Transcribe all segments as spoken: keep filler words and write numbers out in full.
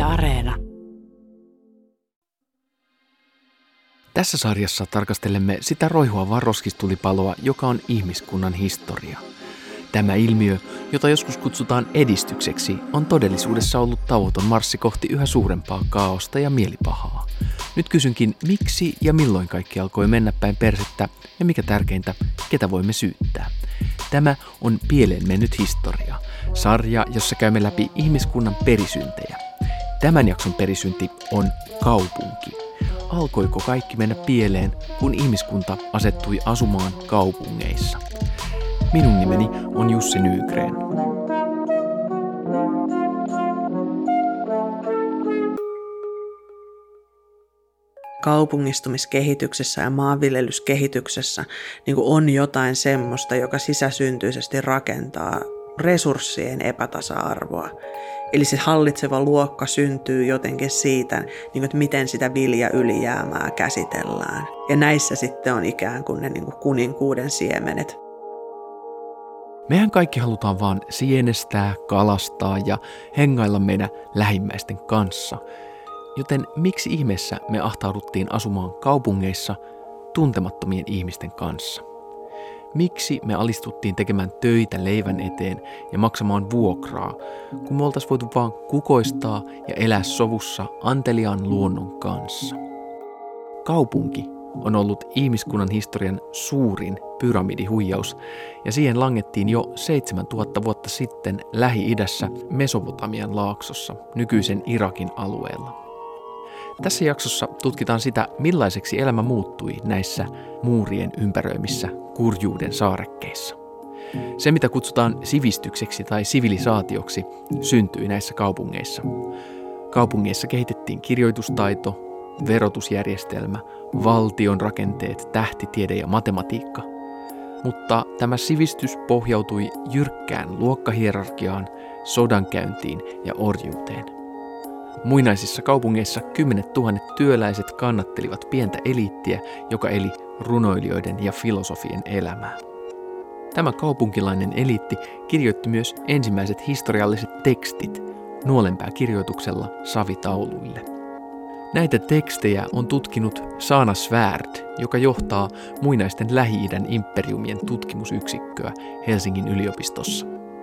Areena. Tässä sarjassa tarkastelemme sitä roihuavaa roskistulipaloa, joka on ihmiskunnan historia. Tämä ilmiö, jota joskus kutsutaan edistykseksi, on todellisuudessa ollut tauoton marssi kohti yhä suurempaa kaaosta ja mielipahaa. Nyt kysynkin, miksi ja milloin kaikki alkoi mennä päin persettä ja mikä tärkeintä, ketä voimme syyttää. Tämä on Pieleen mennyt historia, sarja, jossa käymme läpi ihmiskunnan perisyntejä. Tämän jakson perisynti on kaupunki. Alkoiko kaikki mennä pieleen, kun ihmiskunta asettui asumaan kaupungeissa? Minun nimeni on Jussi Nygren. Kaupungistumiskehityksessä ja maanviljelyskehityksessä niin kuin on jotain semmoista, joka sisäsyntyisesti rakentaa resurssien epätasa-arvoa. Eli se hallitseva luokka syntyy jotenkin siitä, niin kuin, että miten sitä viljaylijäämää käsitellään. Ja näissä sitten on ikään kuin ne niin kuin kuninkuuden siemenet. Mehän kaikki halutaan vaan sienestää, kalastaa ja hengailla meidän lähimmäisten kanssa. Joten miksi ihmeessä me ahtauduttiin asumaan kaupungeissa tuntemattomien ihmisten kanssa? Miksi me alistuttiin tekemään töitä leivän eteen ja maksamaan vuokraa, kun me oltaisiin voitu vaan kukoistaa ja elää sovussa anteliaan luonnon kanssa? Kaupunki on ollut ihmiskunnan historian suurin pyramidihuijaus, ja siihen langettiin jo seitsemäntuhatta vuotta sitten Lähi-idässä Mesopotamian laaksossa, nykyisen Irakin alueella. Tässä jaksossa tutkitaan sitä, millaiseksi elämä muuttui näissä muurien ympäröimissä kurjuuden saarekkeissa. Se, mitä kutsutaan sivistykseksi tai sivilisaatioksi, syntyi näissä kaupungeissa. Kaupungeissa kehitettiin kirjoitustaito, verotusjärjestelmä, valtion rakenteet, tähtitiede ja matematiikka. Mutta tämä sivistys pohjautui jyrkkään luokkahierarkiaan, sodankäyntiin ja orjuuteen. Muinaisissa kaupungeissa kymmenet tuhannet työläiset kannattelivat pientä eliittiä, joka eli runoilijoiden ja filosofien elämää. Tämä kaupunkilainen eliitti kirjoitti myös ensimmäiset historialliset tekstit nuolenpääkirjoituksella savitauluille. Näitä tekstejä on tutkinut Sana Svärd, joka johtaa muinaisten Lähi-idän imperiumien tutkimusyksikköä Helsingin yliopistossa.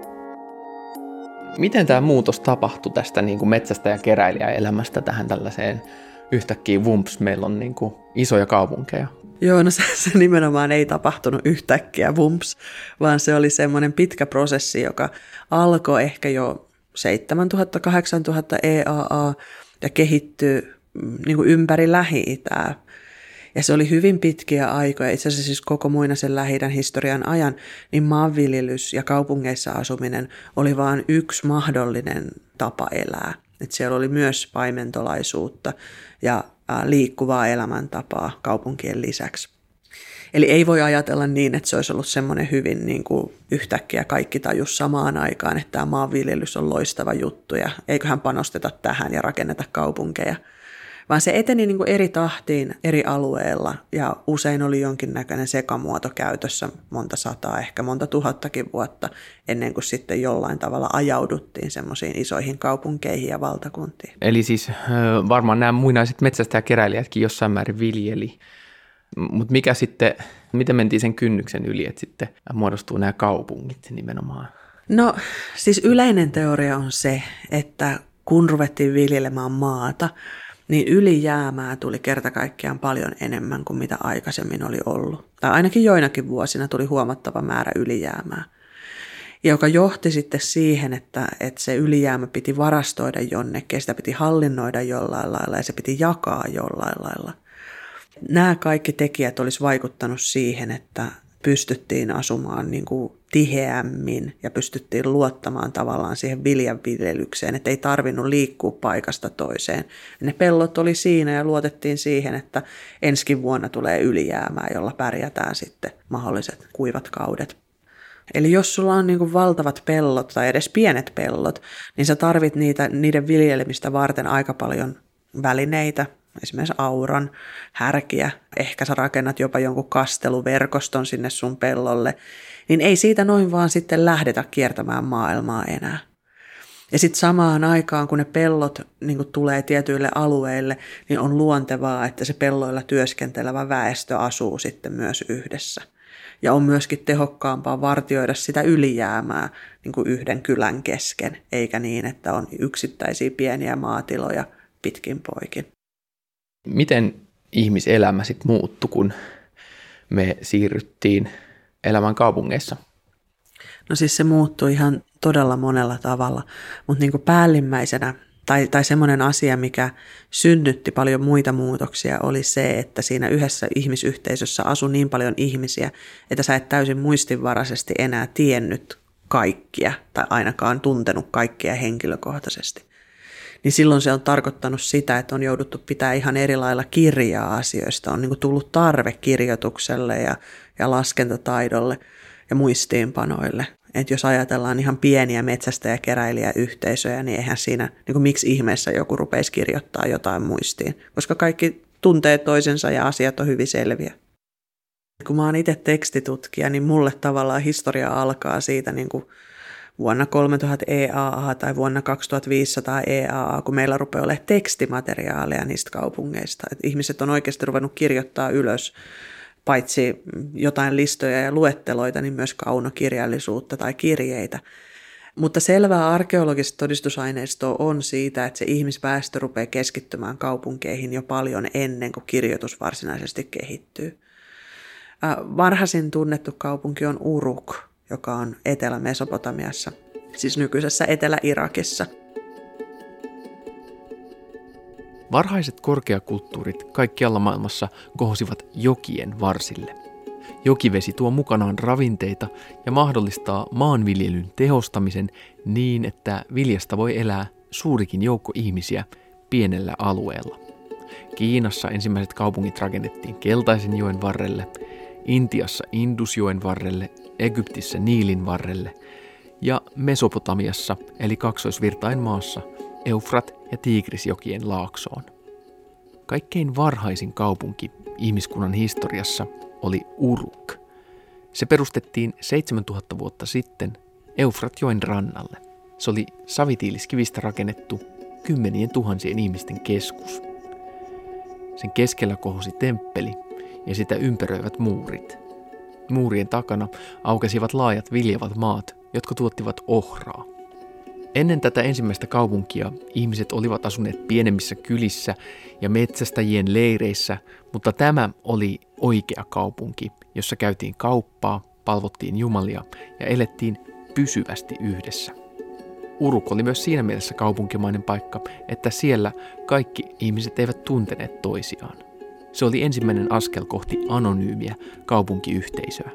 Miten tämä muutos tapahtui tästä niin kuin metsästä ja keräilijäelämästä tähän tällaiseen yhtäkkiä vumps, meillä on niin kuin isoja kaupunkeja? Joo, no se, se nimenomaan ei tapahtunut yhtäkkiä vumps, vaan se oli semmoinen pitkä prosessi, joka alkoi ehkä jo seitsemäntuhatta kahdeksantuhatta E A A ja kehittyi niin kuin ympäri Lähi-itää. Ja se oli hyvin pitkiä aikoja, itse asiassa siis koko muinaisen Lähi-idän historian ajan, niin maanviljelys ja kaupungeissa asuminen oli vain yksi mahdollinen tapa elää. Että siellä oli myös paimentolaisuutta ja liikkuvaa elämäntapaa kaupunkien lisäksi. Eli ei voi ajatella niin, että se olisi ollut semmoinen hyvin niin kuin yhtäkkiä kaikki tajus samaan aikaan, että tämä maanviljelys on loistava juttu ja eiköhän panosteta tähän ja rakenneta kaupunkeja. Vaan se eteni niin kuin eri tahtiin eri alueilla ja usein oli jonkinnäköinen sekamuoto käytössä monta sataa, ehkä monta tuhattakin vuotta ennen kuin sitten jollain tavalla ajauduttiin semmoisiin isoihin kaupunkeihin ja valtakuntiin. Eli siis varmaan nämä muinaiset metsästä ja keräilijätkin jossain määrin viljeli, mutta mikä sitten, miten mentiin sen kynnyksen yli, että sitten muodostuu nämä kaupungit nimenomaan? No siis yleinen teoria on se, että kun ruvettiin viljelemään maata, niin ylijäämää tuli kerta kaikkiaan paljon enemmän kuin mitä aikaisemmin oli ollut. Tai ainakin joinakin vuosina tuli huomattava määrä ylijäämää, joka johti sitten siihen, että, että se ylijäämä piti varastoida jonnekin, sitä piti hallinnoida jollain lailla ja se piti jakaa jollain lailla. Nämä kaikki tekijät olisi vaikuttanut siihen, että pystyttiin asumaan niin kuin tiheämmin ja pystyttiin luottamaan tavallaan siihen viljanviljelykseen, että ei tarvinnut liikkua paikasta toiseen. Ne pellot oli siinä ja luotettiin siihen, että ensi vuonna tulee ylijäämää, jolla pärjätään sitten mahdolliset kuivat kaudet. Eli jos sulla on niin kuin valtavat pellot tai edes pienet pellot, niin sä tarvit niitä, niiden viljelemistä varten aika paljon välineitä, esimerkiksi auran, härkiä, ehkä sä rakennat jopa jonkun kasteluverkoston sinne sun pellolle, niin ei siitä noin vaan sitten lähdetä kiertämään maailmaa enää. Ja sitten samaan aikaan, kun ne pellot niin kun tulee tietyille alueille, niin on luontevaa, että se pelloilla työskentelevä väestö asuu sitten myös yhdessä. Ja on myöskin tehokkaampaa vartioida sitä ylijäämää niin kuin yhden kylän kesken, eikä niin, että on yksittäisiä pieniä maatiloja pitkin poikin. Miten ihmiselämä sitten muuttui, kun me siirryttiin elämään kaupungeissa? No siis se muuttui ihan todella monella tavalla, mutta niin kuin päällimmäisenä tai, tai semmoinen asia, mikä synnytti paljon muita muutoksia, oli se, että siinä yhdessä ihmisyhteisössä asui niin paljon ihmisiä, että sä et täysin muistinvaraisesti enää tiennyt kaikkia tai ainakaan tuntenut kaikkia henkilökohtaisesti. Niin silloin se on tarkoittanut sitä, että on jouduttu pitää ihan eri lailla kirjaa asioista. On niin kuin tullut tarve kirjoitukselle ja, ja laskentataidolle ja muistiinpanoille. Että jos ajatellaan ihan pieniä metsästäjäkeräilijäyhteisöjä, niin eihän siinä, niin kuin miksi ihmeessä joku rupeisi kirjoittaa jotain muistiin, koska kaikki tuntee toisensa ja asiat on hyvin selviä. Kun mä oon itse tekstitutkija, niin mulle tavallaan historia alkaa siitä niin kuin vuonna kolmetuhatta E A A tai vuonna kaksituhattaviisisataa E A A, kun meillä rupeaa olemaan tekstimateriaalia niistä kaupungeista. Et ihmiset on oikeasti ruvennut kirjoittaa ylös paitsi jotain listoja ja luetteloita, niin myös kaunokirjallisuutta tai kirjeitä. Mutta selvää arkeologista todistusaineistoa on siitä, että se ihmisväestö rupeaa keskittymään kaupunkeihin jo paljon ennen kuin kirjoitus varsinaisesti kehittyy. Varhaisin tunnettu kaupunki on Uruk, joka on Etelä-Mesopotamiassa, siis nykyisessä Etelä-Irakissa. Varhaiset korkeakulttuurit kaikkialla maailmassa kohosivat jokien varsille. Jokivesi tuo mukanaan ravinteita ja mahdollistaa maanviljelyn tehostamisen niin, että viljasta voi elää suurikin joukko ihmisiä pienellä alueella. Kiinassa ensimmäiset kaupungit rakennettiin Keltaisen joen varrelle, Intiassa Indusjoen varrelle, Egyptissä Niilin varrelle ja Mesopotamiassa eli kaksoisvirtain maassa Eufrat- ja Tigrisjokien laaksoon. Kaikkein varhaisin kaupunki ihmiskunnan historiassa oli Uruk. Se perustettiin seitsemäntuhatta vuotta sitten Eufratjoen rannalle. Se oli savitiiliskivistä rakennettu kymmenien tuhansien ihmisten keskus. Sen keskellä kohosi temppeli ja sitä ympäröivät muurit. Muurien takana aukesivat laajat viljavat maat, jotka tuottivat ohraa. Ennen tätä ensimmäistä kaupunkia ihmiset olivat asuneet pienemmissä kylissä ja metsästäjien leireissä, mutta tämä oli oikea kaupunki, jossa käytiin kauppaa, palvottiin jumalia ja elettiin pysyvästi yhdessä. Uruk oli myös siinä mielessä kaupunkimainen paikka, että siellä kaikki ihmiset eivät tunteneet toisiaan. Se oli ensimmäinen askel kohti anonyymiä kaupunkiyhteisöä.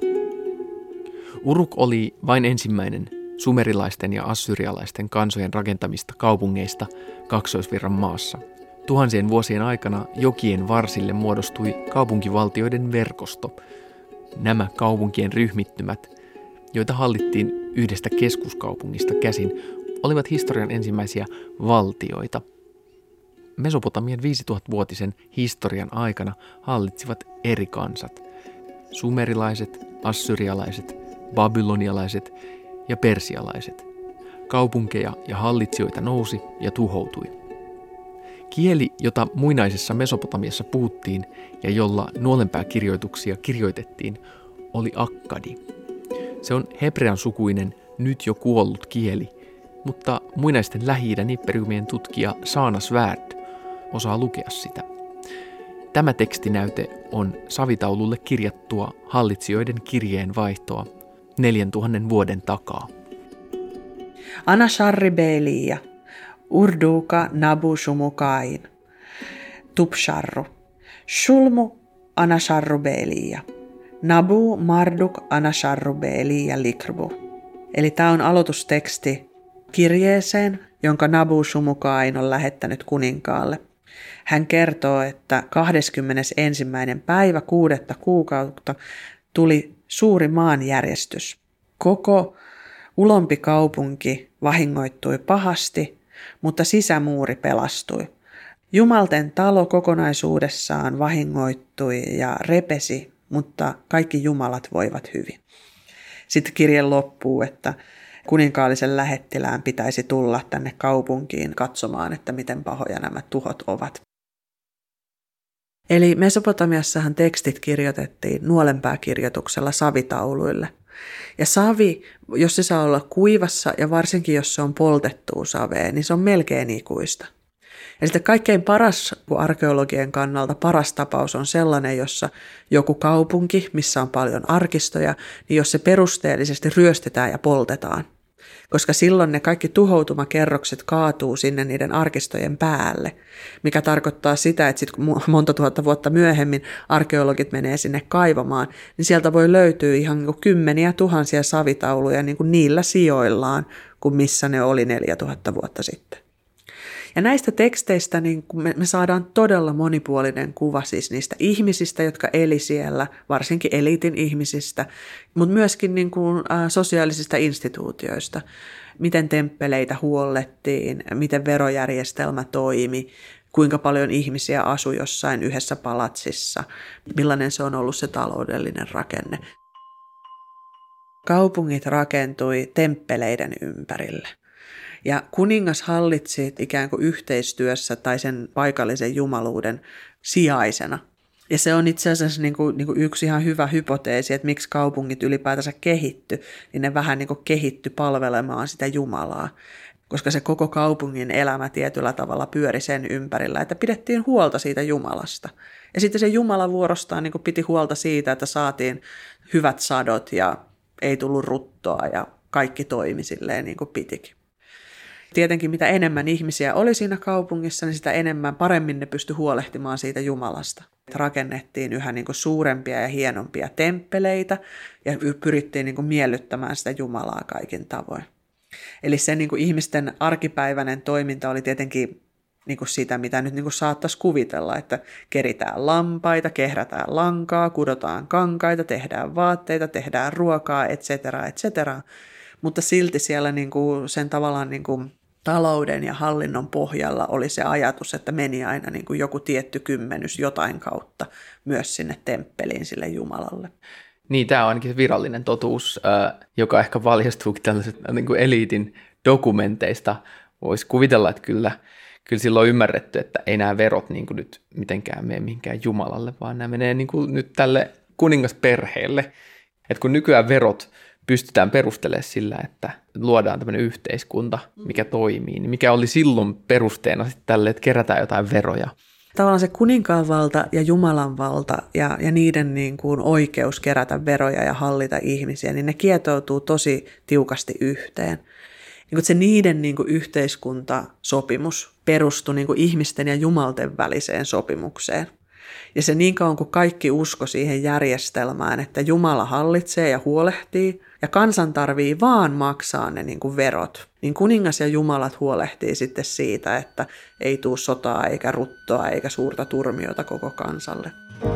Uruk oli vain ensimmäinen sumerilaisten ja assyrialaisten kansojen rakentamista kaupungeista kaksoisvirran maassa. Tuhansien vuosien aikana jokien varsille muodostui kaupunkivaltioiden verkosto. Nämä kaupunkien ryhmittymät, joita hallittiin yhdestä keskuskaupungista käsin, olivat historian ensimmäisiä valtioita. Mesopotamian viisituhattavuotisen historian aikana hallitsivat eri kansat. Sumerilaiset, assyrialaiset, babylonialaiset ja persialaiset. Kaupunkeja ja hallitsijoita nousi ja tuhoutui. Kieli, jota muinaisessa Mesopotamiassa puhuttiin ja jolla nuolenpääkirjoituksia kirjoitettiin, oli akkadi. Se on hebrean sukuinen, nyt jo kuollut kieli, mutta muinaisten Lähi-idän imperiumien tutkija Saana Svärd osaa lukea sitä. Tämä tekstinäyte on savitaululle kirjattua hallitsijoiden kirjeenvaihtoa neljän tuhannen vuoden takaa. Anasharribeeliya, Urduka Nabu Shumukain, Tupsharru, Shulmu Anasharrubeeliya, Nabu Marduk Anasharrubeeliya Likrbu. Eli tämä on aloitusteksti kirjeeseen, jonka Nabu Shumukain on lähettänyt kuninkaalle. Hän kertoo, että kahdeskymmenesensimmäinen päivä kuudetta kuukautta tuli suuri maanjärjestys. Koko ulompi kaupunki vahingoittui pahasti, mutta sisämuuri pelastui. Jumalten talo kokonaisuudessaan vahingoittui ja repesi, mutta kaikki jumalat voivat hyvin. Sitten kirje loppuu, että kuninkaallisen lähettilään pitäisi tulla tänne kaupunkiin katsomaan, että miten pahoja nämä tuhot ovat. Eli Mesopotamiassahan tekstit kirjoitettiin nuolenpääkirjoituksella savitauluille. Ja savi, jos se saa olla kuivassa ja varsinkin jos se on poltettua savea, niin se on melkein ikuista. Ja sitten kaikkein paras arkeologien kannalta paras tapaus on sellainen, jossa joku kaupunki, missä on paljon arkistoja, niin jos se perusteellisesti ryöstetään ja poltetaan. Koska silloin ne kaikki tuhoutumakerrokset kaatuu sinne niiden arkistojen päälle, mikä tarkoittaa sitä, että sitten monta tuhatta vuotta myöhemmin arkeologit menee sinne kaivamaan, niin sieltä voi löytyä ihan niin kuin kymmeniä tuhansia savitauluja niin kuin niillä sijoillaan, kuin missä ne oli neljä tuhatta vuotta sitten. Ja näistä teksteistä niin me, me saadaan todella monipuolinen kuva siis niistä ihmisistä, jotka eli siellä, varsinkin eliitin ihmisistä, mutta myöskin niin kuin, ä, sosiaalisista instituutioista, miten temppeleitä huollettiin, miten verojärjestelmä toimi, kuinka paljon ihmisiä asui jossain yhdessä palatsissa, millainen se on ollut se taloudellinen rakenne. Kaupungit rakentui temppeleiden ympärille. Ja kuningas hallitsi ikään kuin yhteistyössä tai sen paikallisen jumaluuden sijaisena. Ja se on itse asiassa niin kuin, niin kuin yksi ihan hyvä hypoteesi, että miksi kaupungit ylipäätänsä kehitty, niin ne vähän niin kuin kehitty palvelemaan sitä Jumalaa. Koska se koko kaupungin elämä tietyllä tavalla pyöri sen ympärillä, että pidettiin huolta siitä Jumalasta. Ja sitten se Jumala vuorostaan niin kuin piti huolta siitä, että saatiin hyvät sadot ja ei tullut ruttoa ja kaikki toimi silleen niin kuin pitikin. Tietenkin mitä enemmän ihmisiä oli siinä kaupungissa, niin sitä enemmän paremmin ne pystyi huolehtimaan siitä Jumalasta. Rakennettiin yhä niin kuin suurempia ja hienompia temppeleitä ja pyrittiin niin kuin miellyttämään sitä Jumalaa kaikin tavoin. Eli se niin kuin ihmisten arkipäiväinen toiminta oli tietenkin niin kuin sitä, mitä nyt niin kuin saattaisi kuvitella, että keritään lampaita, kehrätään lankaa, kudotaan kankaita, tehdään vaatteita, tehdään ruokaa, et cetera, et cetera. Mutta silti siellä niin kuin sen tavallaan niin kuin talouden ja hallinnon pohjalla oli se ajatus, että meni aina niin kuin joku tietty kymmenys jotain kautta myös sinne temppeliin sille Jumalalle. Niin, tämä on ainakin se virallinen totuus, joka ehkä valjastuukin tällaiset niin kuin eliitin dokumenteista. Voisi kuvitella, että kyllä, kyllä silloin on ymmärretty, että ei nämä verot niin kuin nyt mitenkään mene mihinkään Jumalalle, vaan nämä menee niin kuin nyt tälle kuningasperheelle. Että kun nykyään verot pystytään perustelemaan sillä, että luodaan tämmöinen yhteiskunta, mikä toimii, niin mikä oli silloin perusteena sitten tälle, että kerätään jotain veroja. Tavallaan se kuninkaan valta ja Jumalan valta ja, ja niiden niin kuin oikeus kerätä veroja ja hallita ihmisiä, niin ne kietoutuu tosi tiukasti yhteen. Niin kuin se niiden niin kuin yhteiskuntasopimus perustui niin kuin ihmisten ja jumalten väliseen sopimukseen. Ja se niin kauan kuin kaikki usko siihen järjestelmään, että Jumala hallitsee ja huolehtii, ja kansan tarvii vaan maksaa ne niin kuin verot, niin kuningas ja jumalat huolehtii sitten siitä, että ei tule sotaa eikä ruttoa eikä suurta turmiota koko kansalle.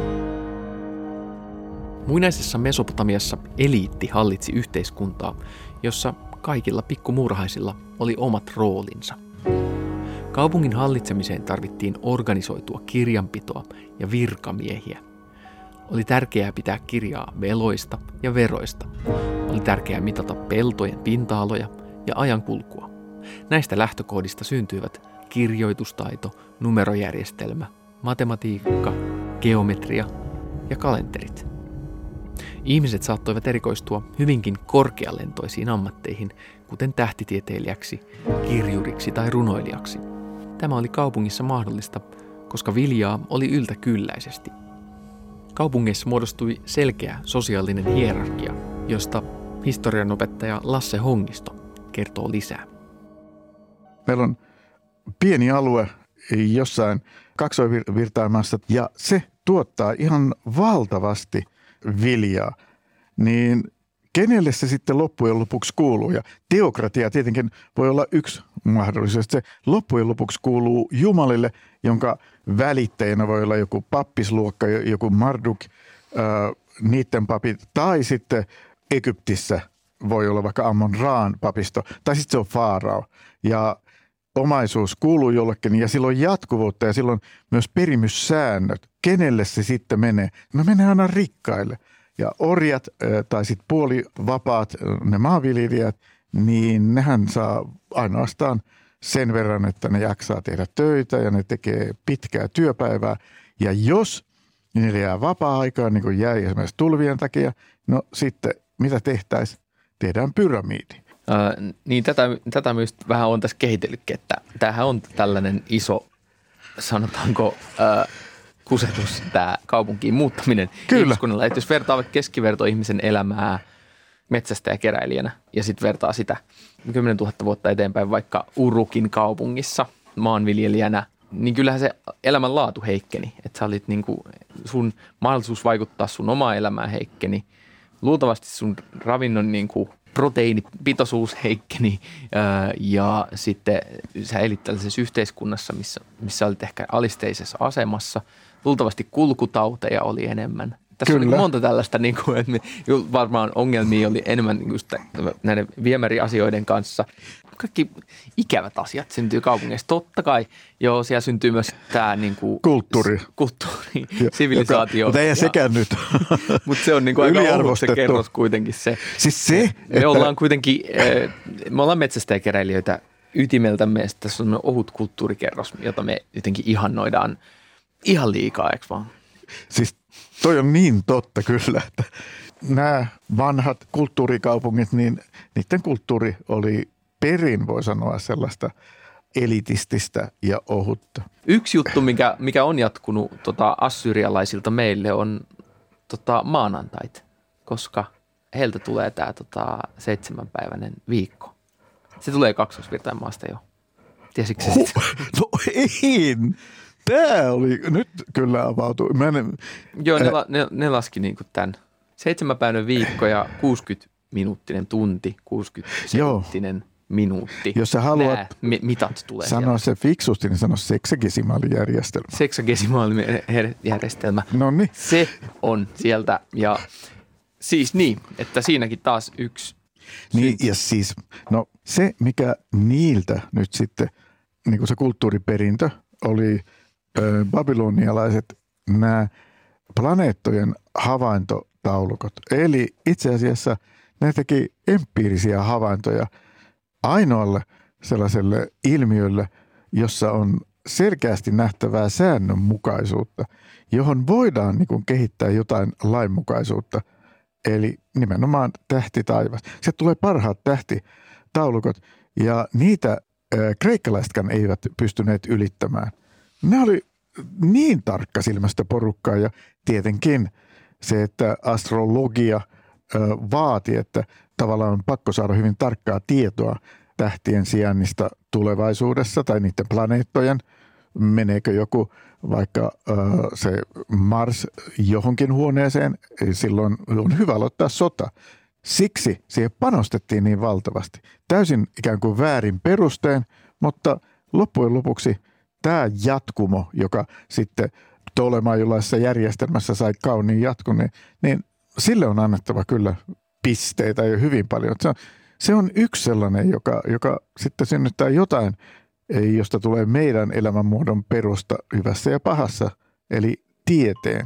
Muinaisessa Mesopotamiassa eliitti hallitsi yhteiskuntaa, jossa kaikilla pikkumurhaisilla oli omat roolinsa. Kaupungin hallitsemiseen tarvittiin organisoitua kirjanpitoa ja virkamiehiä. Oli tärkeää pitää kirjaa veloista ja veroista. Oli tärkeää mitata peltojen pinta-aloja ja ajankulkua. Näistä lähtökohdista syntyivät kirjoitustaito, numerojärjestelmä, matematiikka, geometria ja kalenterit. Ihmiset saattoivat erikoistua hyvinkin korkealentoisiin ammatteihin, kuten tähtitieteilijäksi, kirjuriksi tai runoilijaksi. Tämä oli kaupungissa mahdollista, koska viljaa oli yltäkylläisesti. Kaupungeissa muodostui selkeä sosiaalinen hierarkia, josta historianopettaja Lasse Hongisto kertoo lisää. Meillä on pieni alue jossain kaksoisvirtaimassa ja se tuottaa ihan valtavasti viljaa. Niin kenelle se sitten loppujen lopuksi kuuluu? Ja teokratia tietenkin voi olla yksi mahdollisuus. Se loppujen lopuksi kuuluu Jumalille, jonka välittäjänä voi olla joku pappisluokka, joku Marduk, äh, niiden papit, tai sitten Egyptissä voi olla vaikka Ammon-Raan papisto, tai sitten se on Faarao. Ja omaisuus kuuluu jollekin, ja silloin jatkuvuutta, ja silloin myös perimyssäännöt. Kenelle se sitten menee? No menee aina rikkaille. Ja orjat tai sitten puolivapaat, ne maanviljelijät, niin nehän saa ainoastaan sen verran, että ne jaksaa tehdä töitä ja ne tekee pitkää työpäivää. Ja jos niille jää vapaa-aikaa, niin kuin jäi esimerkiksi tulvien takia, no sitten mitä tehtäisiin? Tehdään pyramidi. Äh, niin tätä, tätä myös vähän on tässä kehitellytkin, että tämähän on tällainen iso, sanotaanko, äh, kusetus, tämä kaupunkiin muuttaminen ihmiskunnalla. Että jos vertaa vaikka keskivertoihmisen elämää metsästäjäkeräilijänä ja sitten vertaa sitä kymmenen tuhatta vuotta eteenpäin vaikka Urukin kaupungissa maanviljelijänä, niin kyllähän se elämänlaatu heikkeni. Että sä olit niinku, sun mahdollisuus vaikuttaa sun omaan elämään heikkeni. Luultavasti sun ravinnon niinku proteiinipitoisuus heikkeni ja sitten sä elit tällaisessa yhteiskunnassa, missä, missä olit ehkä alisteisessa asemassa. Luultavasti kulkutauteja oli enemmän. Tässä Kyllä. on niin monta tällaista, niin kuin, että me, varmaan ongelmia oli enemmän just näiden viemäriasioiden kanssa. Kaikki ikävät asiat syntyy kaupungeissa. Totta kai, joo, siellä syntyy myös tämä niin kuin, kulttuuri, kulttuuri sivilisaatio. Mutta ei sekään nyt. Mutta se on niin kuin aika ohut se kerros kuitenkin se. Siis se, me että... ollaan kuitenkin, me ollaan metsästäjäkeräilijöitä ytimeltämme. Tässä on ohut kulttuurikerros, jota me jotenkin ihannoidaan ihan liikaa, eikö vaan? Siis toi on niin totta kyllä, että nämä vanhat kulttuurikaupungit, niin niiden kulttuuri oli perin, voi sanoa, sellaista elitististä ja ohutta. Yksi juttu, mikä, mikä on jatkunut tota, assyrialaisilta meille, on tota, maanantait, koska heiltä tulee tämä tota, seitsemänpäiväinen viikko. Se tulee Kaksosvirtain maasta jo. Tiesitkö se sitä? No ei. Tämä oli, nyt kyllä avautui. Mä en, Joo, ne, ä... ne, ne laski niin kuin tämän. Seitsemänpäiväinen viikko ja kuusikymmentä-minuuttinen tunti, kuusikymmentä-sekunttinen minuutti. Jos sä haluat Nää mitat tulee sanoa se fiksusti, niin sano seksagesimaalijärjestelmä. Seksagesimaalijärjestelmä. Noniin. Se on sieltä ja siis niin, että siinäkin taas yksi. Niin ja siis, no se mikä niiltä nyt sitten, niin kuin se kulttuuriperintö oli ö, babylonialaiset nämä planeettojen havaintotaulukot. Eli itse asiassa ne teki empiirisiä havaintoja ainoalle sellaiselle ilmiölle, jossa on selkeästi nähtävää säännönmukaisuutta, johon voidaan niin kuin kehittää jotain lainmukaisuutta, eli nimenomaan tähti taivas. Se tulee parhaat tähtitaulukot ja niitä ä, kreikkalaisetkaan eivät pystyneet ylittämään. Ne oli niin tarkkasilmäistä porukkaa ja tietenkin se, että astrologia ä, vaati, että tavallaan on pakko saada hyvin tarkkaa tietoa tähtien sijainnista tulevaisuudessa tai niiden planeettojen. Meneekö joku vaikka äh, se Mars johonkin huoneeseen, silloin on hyvä aloittaa sota. Siksi siihen panostettiin niin valtavasti. Täysin ikään kuin väärin perustein, mutta loppujen lopuksi tämä jatkumo, joka sitten Ptolemaiolaisessa järjestelmässä sai kauniin jatkun, niin, niin sille on annettava kyllä pisteitä jo hyvin paljon. Se on, se on yksi sellainen, joka, joka sitten synnyttää jotain, josta tulee meidän elämänmuodon perusta hyvässä ja pahassa, eli tieteen.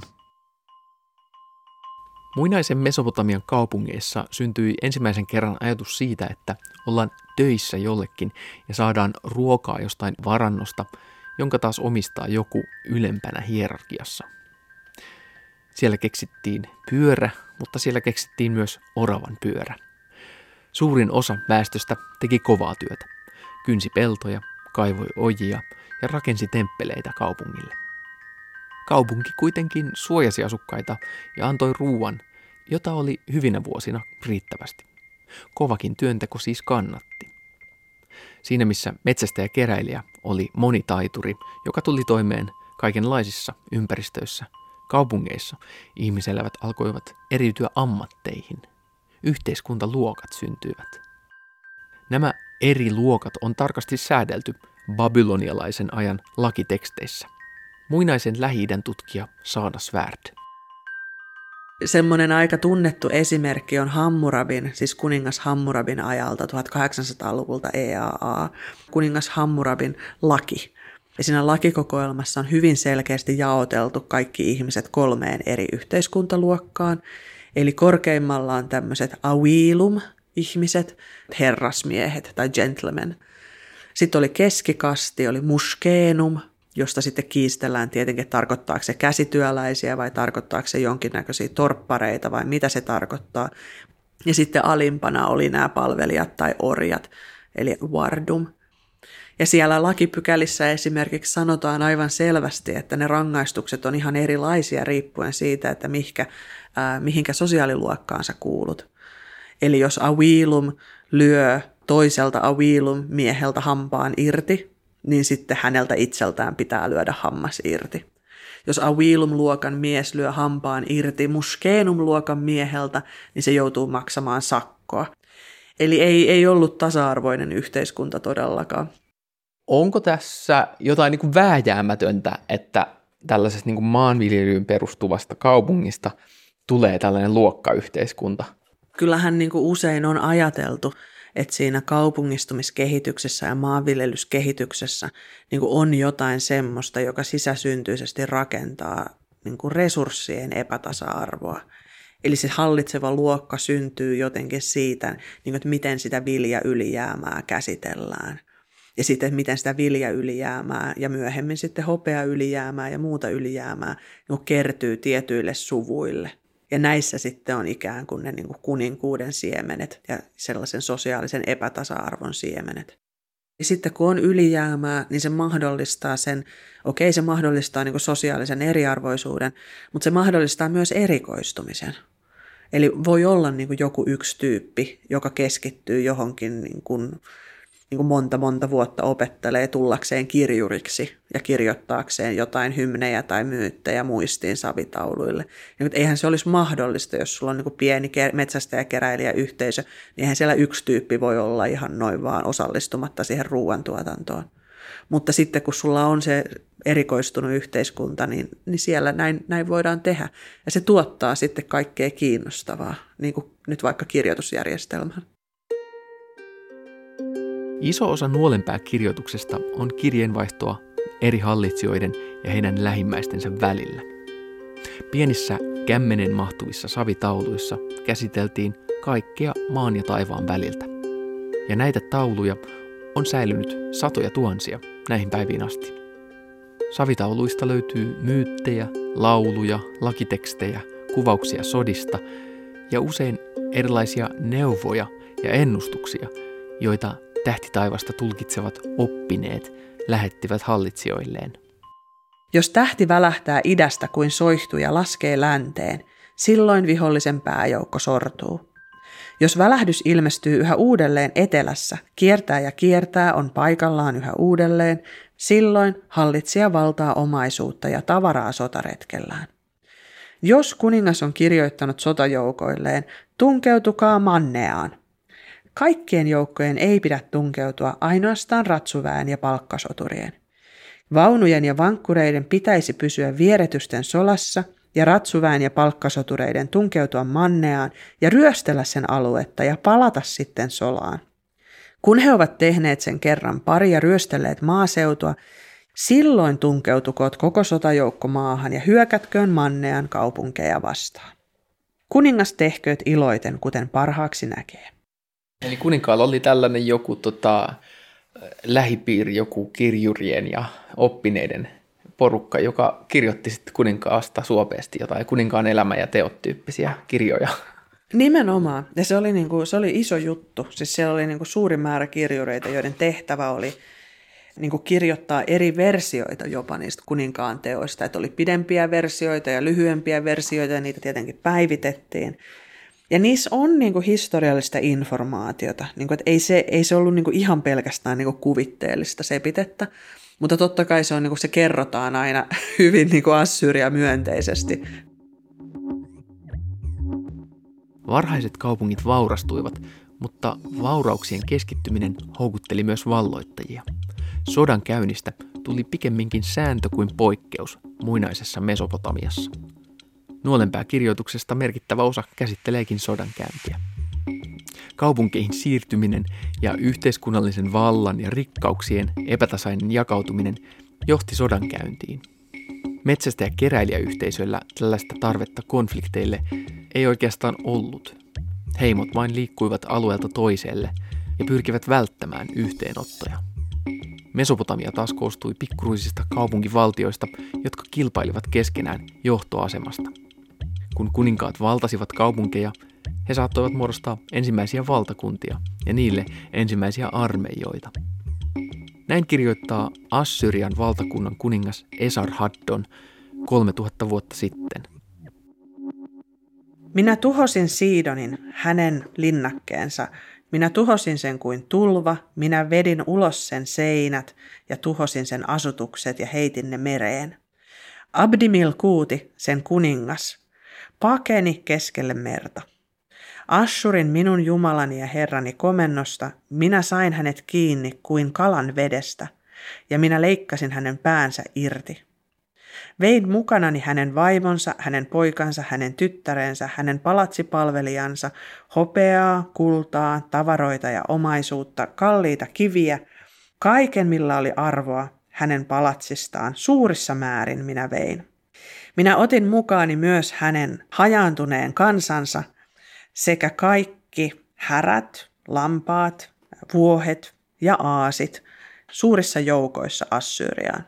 Muinaisen Mesopotamian kaupungeissa syntyi ensimmäisen kerran ajatus siitä, että ollaan töissä jollekin ja saadaan ruokaa jostain varannosta, jonka taas omistaa joku ylempänä hierarkiassa. Siellä keksittiin pyörä, mutta siellä keksittiin myös oravan pyörä. Suurin osa väestöstä teki kovaa työtä, kynsi peltoja, kaivoi ojia ja rakensi temppeleitä kaupungille. Kaupunki kuitenkin suojasi asukkaita ja antoi ruuan, jota oli hyvinä vuosina riittävästi. Kovakin työnteko siis kannatti. Siinä missä metsästäjäkeräilijä oli monitaituri, joka tuli toimeen kaikenlaisissa ympäristöissä, kaupungeissa ihmiselävät alkoivat eriytyä ammatteihin. Yhteiskuntaluokat syntyivät. Nämä eri luokat on tarkasti säädelty babylonialaisen ajan lakiteksteissä. Muinaisen Lähi-idän tutkija Saada Svärd. Semmoinen aika tunnettu esimerkki on Hammurabin, siis kuningas Hammurabin ajalta tuhatkahdeksansataaluvulta E A A, kuningas Hammurabin laki. Ja siinä lakikokoelmassa on hyvin selkeästi jaoteltu kaikki ihmiset kolmeen eri yhteiskuntaluokkaan. Eli korkeimmalla on tämmöiset awilum, ihmiset, herrasmiehet tai gentlemen. Sitten oli keskikasti, oli muskeenum, josta sitten kiistellään tietenkin, että tarkoittaako se käsityöläisiä vai tarkoittaako se jonkinnäköisiä torppareita vai mitä se tarkoittaa. Ja sitten alimpana oli nämä palvelijat tai orjat, eli wardum. Ja siellä lakipykälissä esimerkiksi sanotaan aivan selvästi, että ne rangaistukset on ihan erilaisia riippuen siitä, että mihinkä, ää, mihinkä sosiaaliluokkaan sä kuulut. Eli jos avilum lyö toiselta avilum mieheltä hampaan irti, niin sitten häneltä itseltään pitää lyödä hammas irti. Jos avilum-luokan mies lyö hampaan irti muskeenum-luokan mieheltä, niin se joutuu maksamaan sakkoa. Eli ei, ei ollut tasa-arvoinen yhteiskunta todellakaan. Onko tässä jotain niin kuin vääjäämätöntä, että tällaisesta niin kuin maanviljelyyn perustuvasta kaupungista tulee tällainen luokkayhteiskunta? Kyllähän niin kuin usein on ajateltu, että siinä kaupungistumiskehityksessä ja maanviljelyskehityksessä niin kuin on jotain semmoista, joka sisäsyntyisesti rakentaa niin kuin resurssien epätasa-arvoa. Eli se hallitseva luokka syntyy jotenkin siitä, niin kuin, että miten sitä viljaylijäämää käsitellään. Ja sitten miten sitä viljaylijäämää ja myöhemmin sitten hopeaylijäämää ja muuta ylijäämää niin kertyy tietyille suvuille. Ja näissä sitten on ikään kuin ne niin kuin kuninkuuden siemenet ja sellaisen sosiaalisen epätasa-arvon siemenet. Ja sitten kun on ylijäämää, niin se mahdollistaa sen, okei se mahdollistaa niin kuin sosiaalisen eriarvoisuuden, mutta se mahdollistaa myös erikoistumisen. Eli voi olla niin kuin joku yksi tyyppi, joka keskittyy johonkin niin kuin niin kuin monta monta vuotta opettelee tullakseen kirjuriksi ja kirjoittaakseen jotain hymnejä tai myyttejä muistiin savitauluille. Ja eihän se olisi mahdollista, jos sulla on niin kuin pieni metsästäjäkeräilijäyhteisö, niin eihän siellä yksi tyyppi voi olla ihan noin vaan osallistumatta siihen ruoantuotantoon. Mutta sitten kun sulla on se erikoistunut yhteiskunta, niin, niin siellä näin, näin voidaan tehdä. Ja se tuottaa sitten kaikkea kiinnostavaa, niin kuin nyt vaikka kirjoitusjärjestelmän. Iso osa Nuolenpää-kirjoituksesta on kirjeenvaihtoa eri hallitsijoiden ja heidän lähimmäistensä välillä. Pienissä kämmenen mahtuvissa savitauluissa käsiteltiin kaikkea maan ja taivaan väliltä. Ja näitä tauluja on säilynyt satoja tuhansia näihin päiviin asti. Savitauluista löytyy myyttejä, lauluja, lakitekstejä, kuvauksia sodista ja usein erilaisia neuvoja ja ennustuksia, joita tähtitaivasta tulkitsevat oppineet lähettivät hallitsijoilleen. Jos tähti välähtää idästä kuin soihtuu ja laskee länteen, silloin vihollisen pääjoukko sortuu. Jos välähdys ilmestyy yhä uudelleen etelässä, kiertää ja kiertää on paikallaan yhä uudelleen, silloin hallitsija valtaa omaisuutta ja tavaraa sotaretkellään. Jos kuningas on kirjoittanut sotajoukoilleen, tunkeutukaa Manneaan. Kaikkien joukkojen ei pidä tunkeutua, ainoastaan ratsuväen ja palkkasoturien. Vaunujen ja vankkureiden pitäisi pysyä vieretysten solassa ja ratsuväen ja palkkasotureiden tunkeutua Manneaan ja ryöstellä sen aluetta ja palata sitten solaan. Kun he ovat tehneet sen kerran pari ja ryöstelleet maaseutua, silloin tunkeutukoot koko sotajoukko maahan ja hyökätköön Mannean kaupunkeja vastaan. Kuningas tehkööt iloiten, kuten parhaaksi näkee. Eli kuninkaalla oli tällainen joku tota, lähipiiri, joku kirjurien ja oppineiden porukka, joka kirjoitti sitten kuninkaasta suopeasti jotain kuninkaan elämä ja teot tyyppisiä kirjoja. Nimenomaan. Ja se oli, niin kuin, se oli iso juttu. Siis siellä oli niin kuin suuri määrä kirjureita, joiden tehtävä oli niin kuin kirjoittaa eri versioita jopa niistä kuninkaan teoista. Että oli pidempiä versioita ja lyhyempiä versioita ja niitä tietenkin päivitettiin. Ja niissä on niin kuin historiallista informaatiota, niin kuin, että ei se, ei se ollut niin kuin ihan pelkästään niin kuin kuvitteellista sepitettä, mutta totta kai se, on, niin kuin se kerrotaan aina hyvin niin kuin Assyria-myönteisesti. Varhaiset kaupungit vaurastuivat, mutta vaurauksien keskittyminen houkutteli myös valloittajia. Sodan käynnistä tuli pikemminkin sääntö kuin poikkeus muinaisessa Mesopotamiassa. Nuolenpää-kirjoituksesta merkittävä osa käsitteleekin sodankäyntiä. Kaupunkeihin siirtyminen ja yhteiskunnallisen vallan ja rikkauksien epätasainen jakautuminen johti sodankäyntiin. Metsästä- ja keräilijäyhteisöillä tällaista tarvetta konflikteille ei oikeastaan ollut. Heimot vain liikkuivat alueelta toiselle ja pyrkivät välttämään yhteenottoja. Mesopotamia taas koostui pikkuruisista kaupunkivaltioista, jotka kilpailivat keskenään johtoasemasta. Kun kuninkaat valtasivat kaupunkeja, he saattoivat muodostaa ensimmäisiä valtakuntia ja niille ensimmäisiä armeijoita. Näin kirjoittaa Assyrian valtakunnan kuningas Esarhaddon kolmetuhatta vuotta sitten. Minä tuhosin Siidonin, hänen linnakkeensa. Minä tuhosin sen kuin tulva, minä vedin ulos sen seinät ja tuhosin sen asutukset ja heitin ne mereen. Abdimilkuuti, sen kuningas, pakeni keskelle merta. Assurin minun Jumalani ja Herrani komennosta, minä sain hänet kiinni kuin kalan vedestä, ja minä leikkasin hänen päänsä irti. Vein mukanani hänen vaimonsa, hänen poikansa, hänen tyttärensä, hänen palatsipalvelijansa, hopeaa, kultaa, tavaroita ja omaisuutta, kalliita kiviä, kaiken millä oli arvoa hänen palatsistaan, suurissa määrin minä vein. Minä otin mukaani myös hänen hajaantuneen kansansa sekä kaikki härät, lampaat, vuohet ja aasit suurissa joukoissa Assyriaan.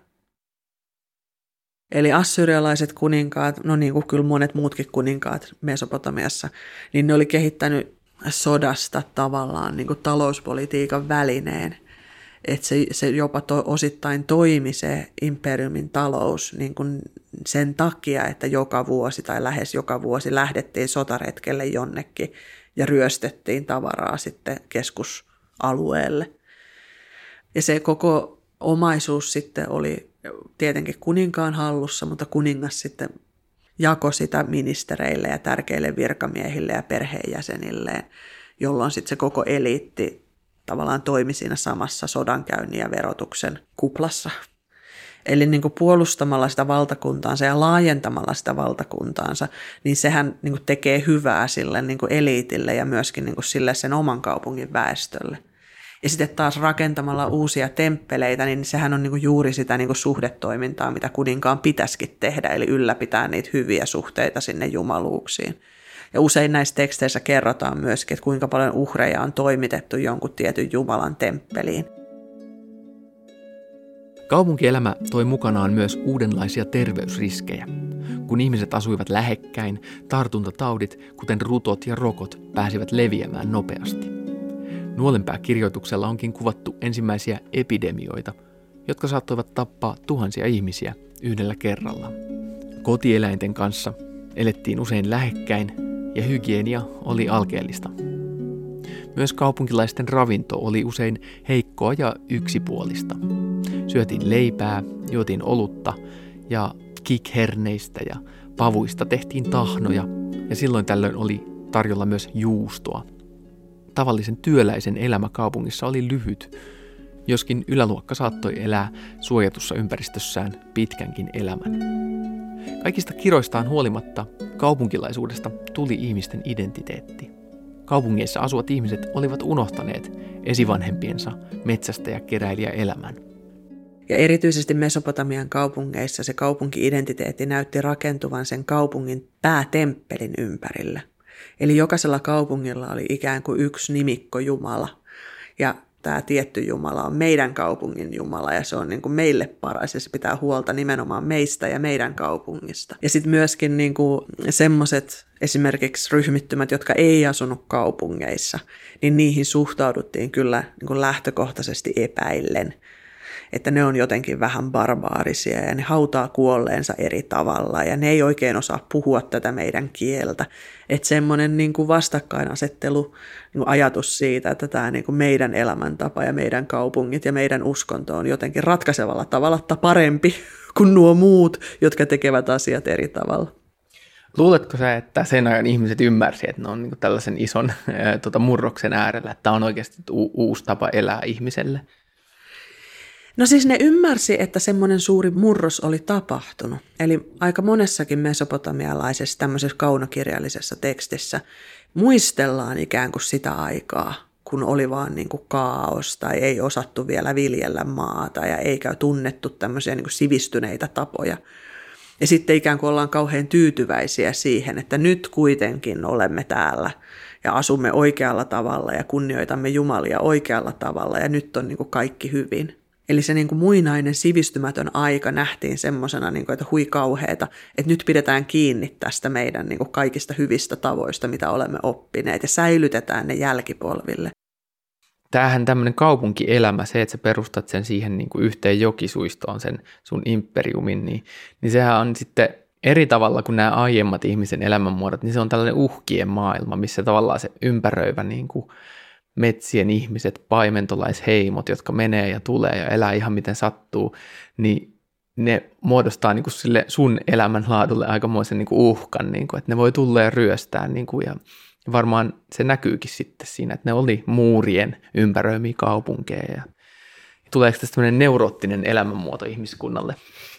Eli assyrialaiset kuninkaat, no niin kuin kyllä monet muutkin kuninkaat Mesopotamiassa, niin ne oli kehittänyt sodasta tavallaan niin kuin talouspolitiikan välineen. Että se, se jopa to, osittain toimi se imperiumin talous niin kuin sen takia, että joka vuosi tai lähes joka vuosi lähdettiin sotaretkelle jonnekin ja ryöstettiin tavaraa sitten keskusalueelle. Ja se koko omaisuus sitten oli tietenkin kuninkaan hallussa, mutta kuningas sitten jakoi sitä ministereille ja tärkeille virkamiehille ja perheenjäsenilleen, jolloin sitten se koko eliitti tavallaan toimi siinä samassa sodankäynnin ja verotuksen kuplassa. Eli niin kuin puolustamalla sitä valtakuntaansa ja laajentamalla sitä valtakuntaansa, niin sehän niin kuin tekee hyvää sille niin kuin eliitille ja myöskin niin kuin sille sen oman kaupungin väestölle. Ja sitten taas rakentamalla uusia temppeleitä, niin sehän on niinku juuri sitä niinku suhdetoimintaa, mitä kuninkaan pitäisikin tehdä, eli ylläpitää niitä hyviä suhteita sinne jumaluuksiin. Ja usein näissä teksteissä kerrotaan myöskin, että kuinka paljon uhreja on toimitettu jonkun tietyn Jumalan temppeliin. Kaupunkielämä toi mukanaan myös uudenlaisia terveysriskejä. Kun ihmiset asuivat lähekkäin, tartuntataudit, kuten rutot ja rokot, pääsivät leviämään nopeasti. Nuolenpääkirjoituksella onkin kuvattu ensimmäisiä epidemioita, jotka saattoivat tappaa tuhansia ihmisiä yhdellä kerralla. Kotieläinten kanssa elettiin usein lähekkäin ja hygienia oli alkeellista. Myös kaupunkilaisten ravinto oli usein heikkoa ja yksipuolista. Syötiin leipää, juotiin olutta ja kikherneistä ja pavuista tehtiin tahnoja ja silloin tällöin oli tarjolla myös juustoa. Tavallisen työläisen elämä kaupungissa oli lyhyt, joskin yläluokka saattoi elää suojatussa ympäristössään pitkänkin elämän. Kaikista kiroistaan huolimatta kaupunkilaisuudesta tuli ihmisten identiteetti. Kaupungeissa asuvat ihmiset olivat unohtaneet esivanhempiensa metsästä ja keräilijä elämän. Ja erityisesti Mesopotamian kaupungeissa se kaupunki-identiteetti näytti rakentuvan sen kaupungin päätemppelin ympärille. Eli jokaisella kaupungilla oli ikään kuin yksi nimikko Jumala. Ja tämä tietty Jumala on meidän kaupungin Jumala ja se on niin kuin meille paras ja se pitää huolta nimenomaan meistä ja meidän kaupungista. Ja sitten myöskin niin kuin semmoiset esimerkiksi ryhmittymät, jotka ei asunut kaupungeissa, niin niihin suhtauduttiin kyllä niin kuin lähtökohtaisesti epäillen. Että ne on jotenkin vähän barbaarisia ja ne hautaa kuolleensa eri tavalla ja ne ei oikein osaa puhua tätä meidän kieltä. Että semmoinen niin kuin vastakkainasettelu, niin kuin ajatus siitä, että tämä niin kuin meidän elämäntapa ja meidän kaupungit ja meidän uskonto on jotenkin ratkaisevalla tavalla parempi kuin nuo muut, jotka tekevät asiat eri tavalla. Luuletko sä, että sen ajan ihmiset ymmärsivät, että ne on niin kuin tällaisen ison ää, tuota murroksen äärellä, että tämä on oikeasti u- uusi tapa elää ihmiselle? No siis ne ymmärsi, että semmoinen suuri murros oli tapahtunut. Eli aika monessakin mesopotamialaisessa tämmöisessä kaunokirjallisessa tekstissä muistellaan ikään kuin sitä aikaa, kun oli vaan niin kuin kaos tai ei osattu vielä viljellä maata ja eikä tunnettu tämmöisiä niin kuin sivistyneitä tapoja. Ja sitten ikään kuin ollaan kauhean tyytyväisiä siihen, että nyt kuitenkin olemme täällä ja asumme oikealla tavalla ja kunnioitamme Jumalia oikealla tavalla ja nyt on niin kuin kaikki hyvin. Eli se niin kuin muinainen sivistymätön aika nähtiin semmoisena, niin kuin, että hui kauheeta, että nyt pidetään kiinni tästä meidän niin kuin kaikista hyvistä tavoista, mitä olemme oppineet, ja säilytetään ne jälkipolville. Tämähän tämmöinen kaupunkielämä, se, että sä perustat sen siihen niin kuin yhteen jokisuistoon, sen sun imperiumin, niin, niin sehän on sitten eri tavalla kuin nämä aiemmat ihmisen elämänmuodot, niin se on tällainen uhkien maailma, missä tavallaan se ympäröivä niin kuin metsien ihmiset, paimentolaisheimot, jotka menee ja tulee ja elää ihan miten sattuu, niin ne muodostaa niin kuin sille sun elämänlaadulle aikamoisen niin kuin uhkan, niin kuin, että ne voi tulla ja ryöstää. Niin kuin, ja varmaan se näkyykin sitten siinä, että ne oli muurien ympäröimiä kaupunkeja. Ja tuleeko tästä tämmöinen neuroottinen elämänmuoto ihmiskunnalle?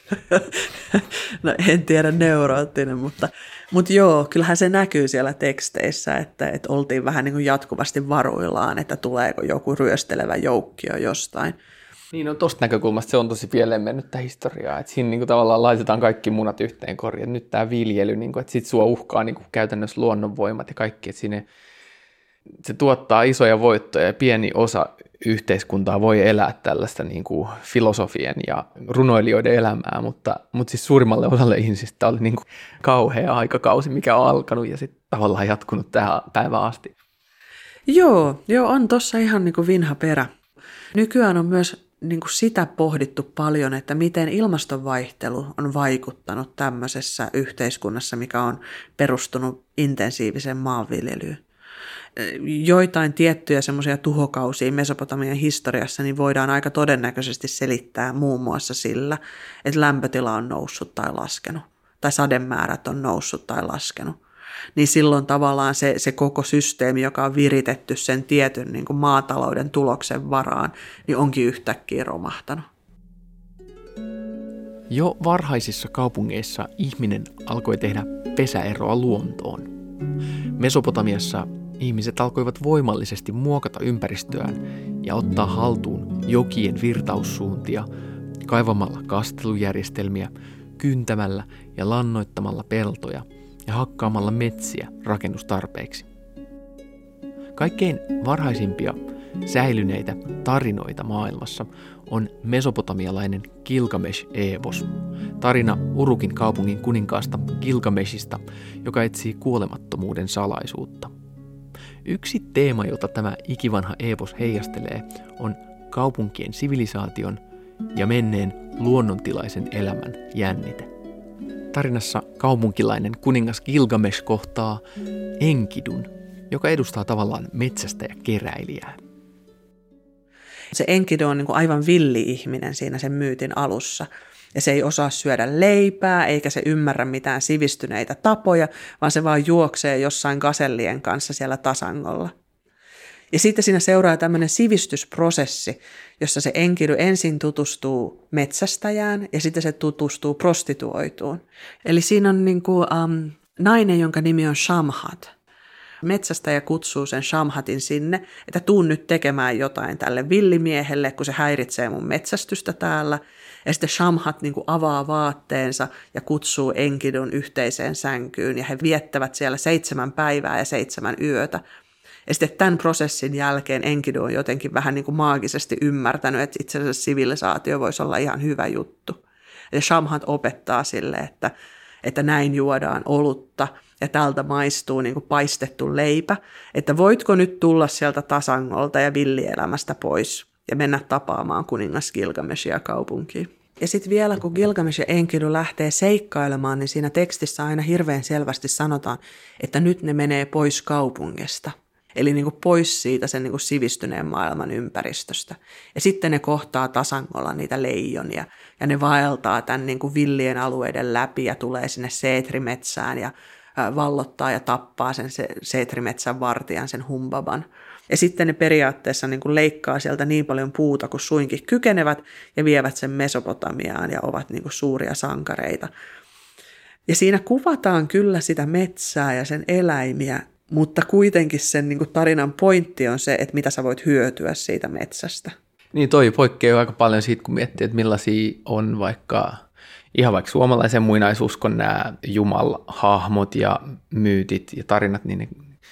No en tiedä neuroottinen, mutta, mutta joo, kyllähän se näkyy siellä teksteissä, että, että oltiin vähän niin kuin jatkuvasti varuillaan, että tuleeko joku ryöstelevä joukkio jostain. Niin, no tuosta näkökulmasta se on tosi pieleen mennyttä historiaa, että siinä niin kuin tavallaan laitetaan kaikki munat yhteen koriin, nyt tämä viljely, niin kuin, että sitten sua uhkaa niin kuin käytännössä luonnonvoimat ja kaikki, että siinä se tuottaa isoja voittoja ja pieni osa yhteiskuntaa voi elää tällaista niin kuin filosofien ja runoilijoiden elämää, mutta, mutta siis suurimmalle osalle ihmisistä oli niin kuin kauhea aikakausi, mikä on alkanut ja sitten tavallaan jatkunut tähän päivään asti. Joo, joo on tuossa ihan niin kuin vinha perä. Nykyään on myös niin kuin sitä pohdittu paljon, että miten ilmastonvaihtelu on vaikuttanut tämmöisessä yhteiskunnassa, mikä on perustunut intensiiviseen maanviljelyyn. Joitain tiettyjä semmoisia tuhokausia Mesopotamian historiassa niin voidaan aika todennäköisesti selittää muun muassa sillä, että lämpötila on noussut tai laskenut, tai sademäärät on noussut tai laskenut. Niin silloin tavallaan se, se koko systeemi, joka on viritetty sen tietyn niin kuin maatalouden tuloksen varaan, niin onkin yhtäkkiä romahtanut. Jo varhaisissa kaupungeissa ihminen alkoi tehdä pesäeroa luontoon. Mesopotamiassa ihmiset alkoivat voimallisesti muokata ympäristöään ja ottaa haltuun jokien virtaussuuntia kaivamalla kastelujärjestelmiä, kyntämällä ja lannoittamalla peltoja ja hakkaamalla metsiä rakennustarpeiksi. Kaikkein varhaisimpia säilyneitä tarinoita maailmassa on mesopotamialainen Gilgamesh-eepos, tarina Urukin kaupungin kuninkaasta Gilgameshista, joka etsii kuolemattomuuden salaisuutta. Yksi teema, jota tämä ikivanha eepos heijastelee, on kaupunkien sivilisaation ja menneen luonnontilaisen elämän jännite. Tarinassa kaupunkilainen kuningas Gilgamesh kohtaa Enkidun, joka edustaa tavallaan metsästä ja keräilijää. Se Enkidu on niin kuin aivan villi-ihminen siinä sen myytin alussa. Ja se ei osaa syödä leipää, eikä se ymmärrä mitään sivistyneitä tapoja, vaan se vaan juoksee jossain gasellien kanssa siellä tasangolla. Ja sitten siinä seuraa tämmöinen sivistysprosessi, jossa se Enkidu ensin tutustuu metsästäjään ja sitten se tutustuu prostituoituun. Eli siinä on niin kuin, um, nainen, jonka nimi on Shamhat. Metsästäjä kutsuu sen Shamhatin sinne, että tuun nyt tekemään jotain tälle villimiehelle, kun se häiritsee mun metsästystä täällä. Ja sitten Shamhat niin kuin avaa vaatteensa ja kutsuu Enkidun yhteiseen sänkyyn ja he viettävät siellä seitsemän päivää ja seitsemän yötä. Ja sitten tämän prosessin jälkeen Enkidu on jotenkin vähän niin kuin maagisesti ymmärtänyt, että itse asiassa sivilisaatio voisi olla ihan hyvä juttu. Ja Shamhat opettaa sille, että, että näin juodaan olutta ja tältä maistuu niin kuin paistettu leipä, että voitko nyt tulla sieltä tasangolta ja villielämästä pois ja mennä tapaamaan kuningas Gilgameshia kaupunkiin. Ja sitten vielä kun Gilgamesh ja Enkidu lähtee seikkailemaan, niin siinä tekstissä aina hirveän selvästi sanotaan, että nyt ne menee pois kaupungista. Eli niin kuin pois siitä sen niin kuin sivistyneen maailman ympäristöstä. Ja sitten ne kohtaa tasangolla niitä leijonia ja ne vaeltaa tämän niin kuin villien alueiden läpi ja tulee sinne seetrimetsään ja vallottaa ja tappaa sen seetrimetsän vartijan, sen Humbaban. Ja sitten ne periaatteessa niin kuin leikkaa sieltä niin paljon puuta kuin suinkin kykenevät ja vievät sen Mesopotamiaan ja ovat niin kuin suuria sankareita. Ja siinä kuvataan kyllä sitä metsää ja sen eläimiä, mutta kuitenkin sen niin kuin tarinan pointti on se, että mitä sä voit hyötyä siitä metsästä. Niin toi poikkeaa aika paljon siitä, kun miettii, että millaisia on vaikka ihan vaikka suomalaisen muinaisuuskon nämä jumalhahmot ja myytit ja tarinat, niin ne,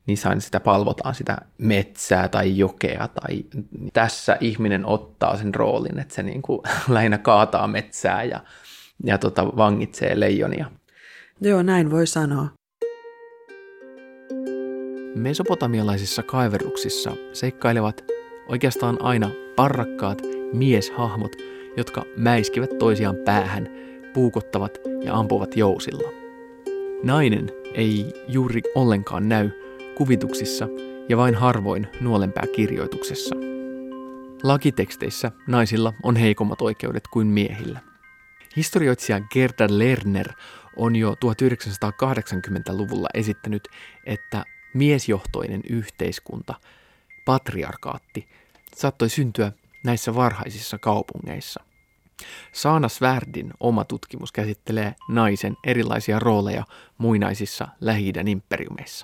niissä aina sitä palvotaan sitä metsää tai jokea, tai tässä ihminen ottaa sen roolin, että se niin kuin lähinnä kaataa metsää ja, ja tota, vangitsee leijonia. Joo, näin voi sanoa. Mesopotamialaisissa kaiverruksissa seikkailevat oikeastaan aina parrakkaat mieshahmot, jotka mäiskivät toisiaan päähän, puukottavat ja ampuvat jousilla. Nainen ei juuri ollenkaan näy kuvituksissa ja vain harvoin nuolenpääkirjoituksessa. Lakiteksteissä naisilla on heikommat oikeudet kuin miehillä. Historioitsija Gerda Lerner on jo tuhatyhdeksänsataakahdeksankymmentäluvulla esittänyt, että miesjohtoinen yhteiskunta, patriarkaatti, saattoi syntyä näissä varhaisissa kaupungeissa. Saana Svärdin oma tutkimus käsittelee naisen erilaisia rooleja muinaisissa Lähi-idän imperiumeissa.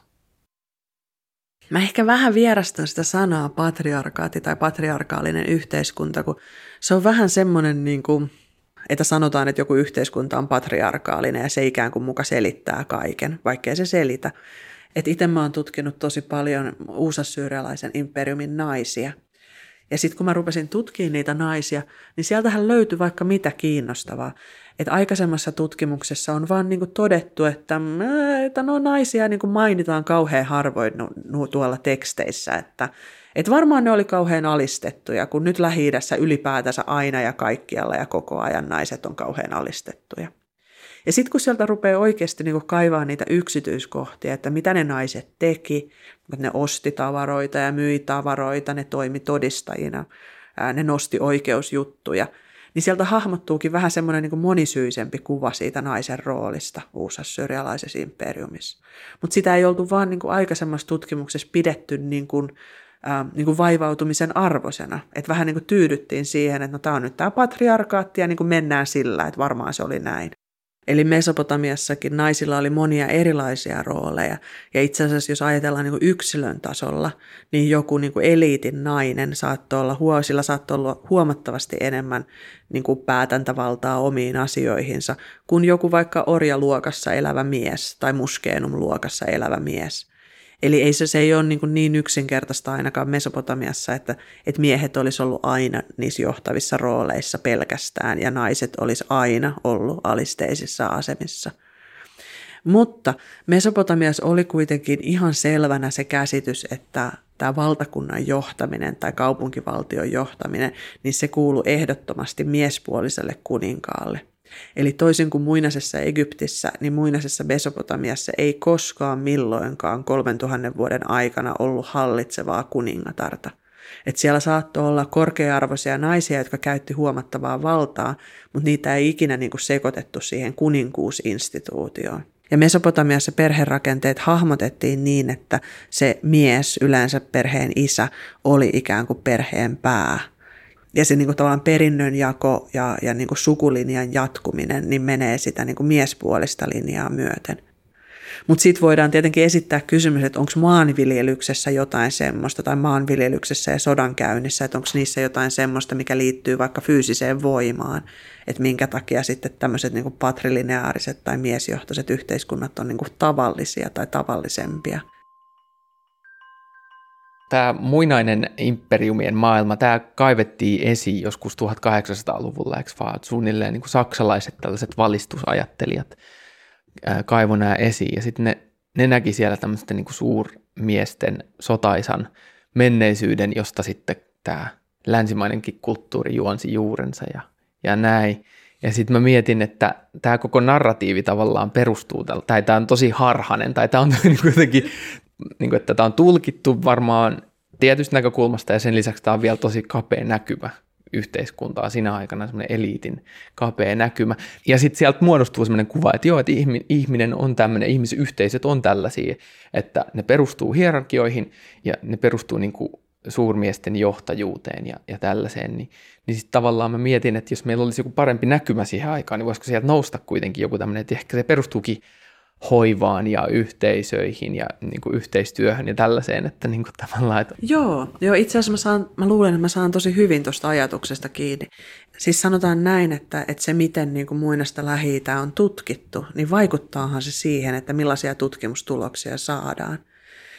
Mä ehkä vähän vierastan sitä sanaa patriarkaatti tai patriarkaalinen yhteiskunta, kun se on vähän semmoinen, niin kuin, että sanotaan, että joku yhteiskunta on patriarkaalinen ja se ikään kuin muka selittää kaiken, vaikkei se selitä. Että itse mä oon tutkinut tosi paljon uusassyrialaisen imperiumin naisia. Ja sitten kun mä rupesin tutkimaan niitä naisia, niin sieltähän löytyi vaikka mitä kiinnostavaa. Että aikaisemmassa tutkimuksessa on vaan niinku todettu, että, että no naisia niinku mainitaan kauhean harvoin no, no, tuolla teksteissä. Että et varmaan ne oli kauhean alistettuja, kun nyt Lähi-idässä ylipäätänsä aina ja kaikkialla ja koko ajan naiset on kauhean alistettuja. Ja sitten kun sieltä rupeaa oikeasti niinku kaivaa niitä yksityiskohtia, että mitä ne naiset teki, että ne osti tavaroita ja myi tavaroita, ne toimi todistajina, ää, ne nosti oikeusjuttuja, niin sieltä hahmottuukin vähän semmoinen niinku monisyisempi kuva siitä naisen roolista uusassyrialaisessa imperiumissa. Mutta sitä ei oltu vaan niinku aikaisemmassa tutkimuksessa pidetty niinku, ää, niinku vaivautumisen arvoisena. Että vähän niinku tyydyttiin siihen, että no tämä on nyt tämä patriarkaatti ja niinku mennään sillä, että varmaan se oli näin. Eli Mesopotamiassakin naisilla oli monia erilaisia rooleja. Ja itse asiassa, jos ajatellaan niin kuin yksilön tasolla, niin joku niin kuin eliitin nainen saattoi olla, sillä saattoi olla huomattavasti enemmän niin kuin päätäntävaltaa omiin asioihinsa kuin joku vaikka orjaluokassa elävä mies tai muskeenum-luokassa elävä mies. Eli ei se, se ei ole niin, niin yksinkertaista ainakaan Mesopotamiassa, että, että miehet olisi ollut aina niissä johtavissa rooleissa pelkästään ja naiset olisi aina ollut alisteisissa asemissa. Mutta Mesopotamiassa oli kuitenkin ihan selvänä se käsitys, että tämä valtakunnan johtaminen tai kaupunkivaltion johtaminen, niin se kuului ehdottomasti miespuoliselle kuninkaalle. Eli toisin kuin muinaisessa Egyptissä, niin muinaisessa Mesopotamiassa ei koskaan milloinkaan kolmentuhannen vuoden aikana ollut hallitsevaa kuningatarta. Et siellä saattoi olla korkea-arvoisia naisia, jotka käytti huomattavaa valtaa, mutta niitä ei ikinä niinku sekoitettu siihen kuninkuusinstituutioon. Ja Mesopotamiassa perherakenteet hahmotettiin niin, että se mies, yleensä perheen isä, oli ikään kuin perheen pää. Ja se niin kuin tavallaan perinnönjako ja, ja niin kuin sukulinjan jatkuminen niin menee sitä niin kuin miespuolista linjaa myöten. Mutta sitten voidaan tietenkin esittää kysymys, että onko maanviljelyksessä jotain semmoista, tai maanviljelyksessä ja sodankäynnissä, että onko niissä jotain semmoista, mikä liittyy vaikka fyysiseen voimaan, että minkä takia sitten tämmöiset niin kuin patrilineaariset tai miesjohtoiset yhteiskunnat on niin kuin tavallisia tai tavallisempia. Tämä muinainen imperiumien maailma, tämä kaivettiin esiin joskus tuhatkahdeksansataaluvulla, eikö vaan suunnilleen niin kuin saksalaiset tällaiset valistusajattelijat kaivoi nämä esiin. Ja sitten ne, ne näki siellä tämmöisten niin kuin suurmiesten sotaisan menneisyyden, josta sitten tämä länsimainenkin kulttuuri juonsi juurensa ja, ja näin. Ja sitten mä mietin, että tämä koko narratiivi tavallaan perustuu, tai tämä on tosi harhainen, tai tämä on jotenkin, niin kuin, että tämä on tulkittu varmaan tietystä näkökulmasta, ja sen lisäksi tämä on vielä tosi kapea näkymä yhteiskuntaa siinä aikana, semmoinen eliitin kapea näkymä. Ja sitten sieltä muodostuu semmoinen kuva, että joo, että ihminen on tämmöinen, ihmisyhteisöt on tällaisia, että ne perustuu hierarkioihin, ja ne perustuu niin kuin suurmiesten johtajuuteen ja, ja tällaiseen, niin, niin sitten tavallaan mä mietin, että jos meillä olisi joku parempi näkymä siihen aikaan, niin voisiko sieltä nousta kuitenkin joku tämmöinen, että ehkä se perustuukin hoivaan ja yhteisöihin ja niin kuin yhteistyöhön ja tällaiseen, että niin kuin tavallaan... Että... Joo, joo, itse asiassa mä, saan, mä luulen, että mä saan tosi hyvin tuosta ajatuksesta kiinni. Siis sanotaan näin, että, että se miten niin kuin muinaista Lähi-itää on tutkittu, niin vaikuttaahan se siihen, että millaisia tutkimustuloksia saadaan.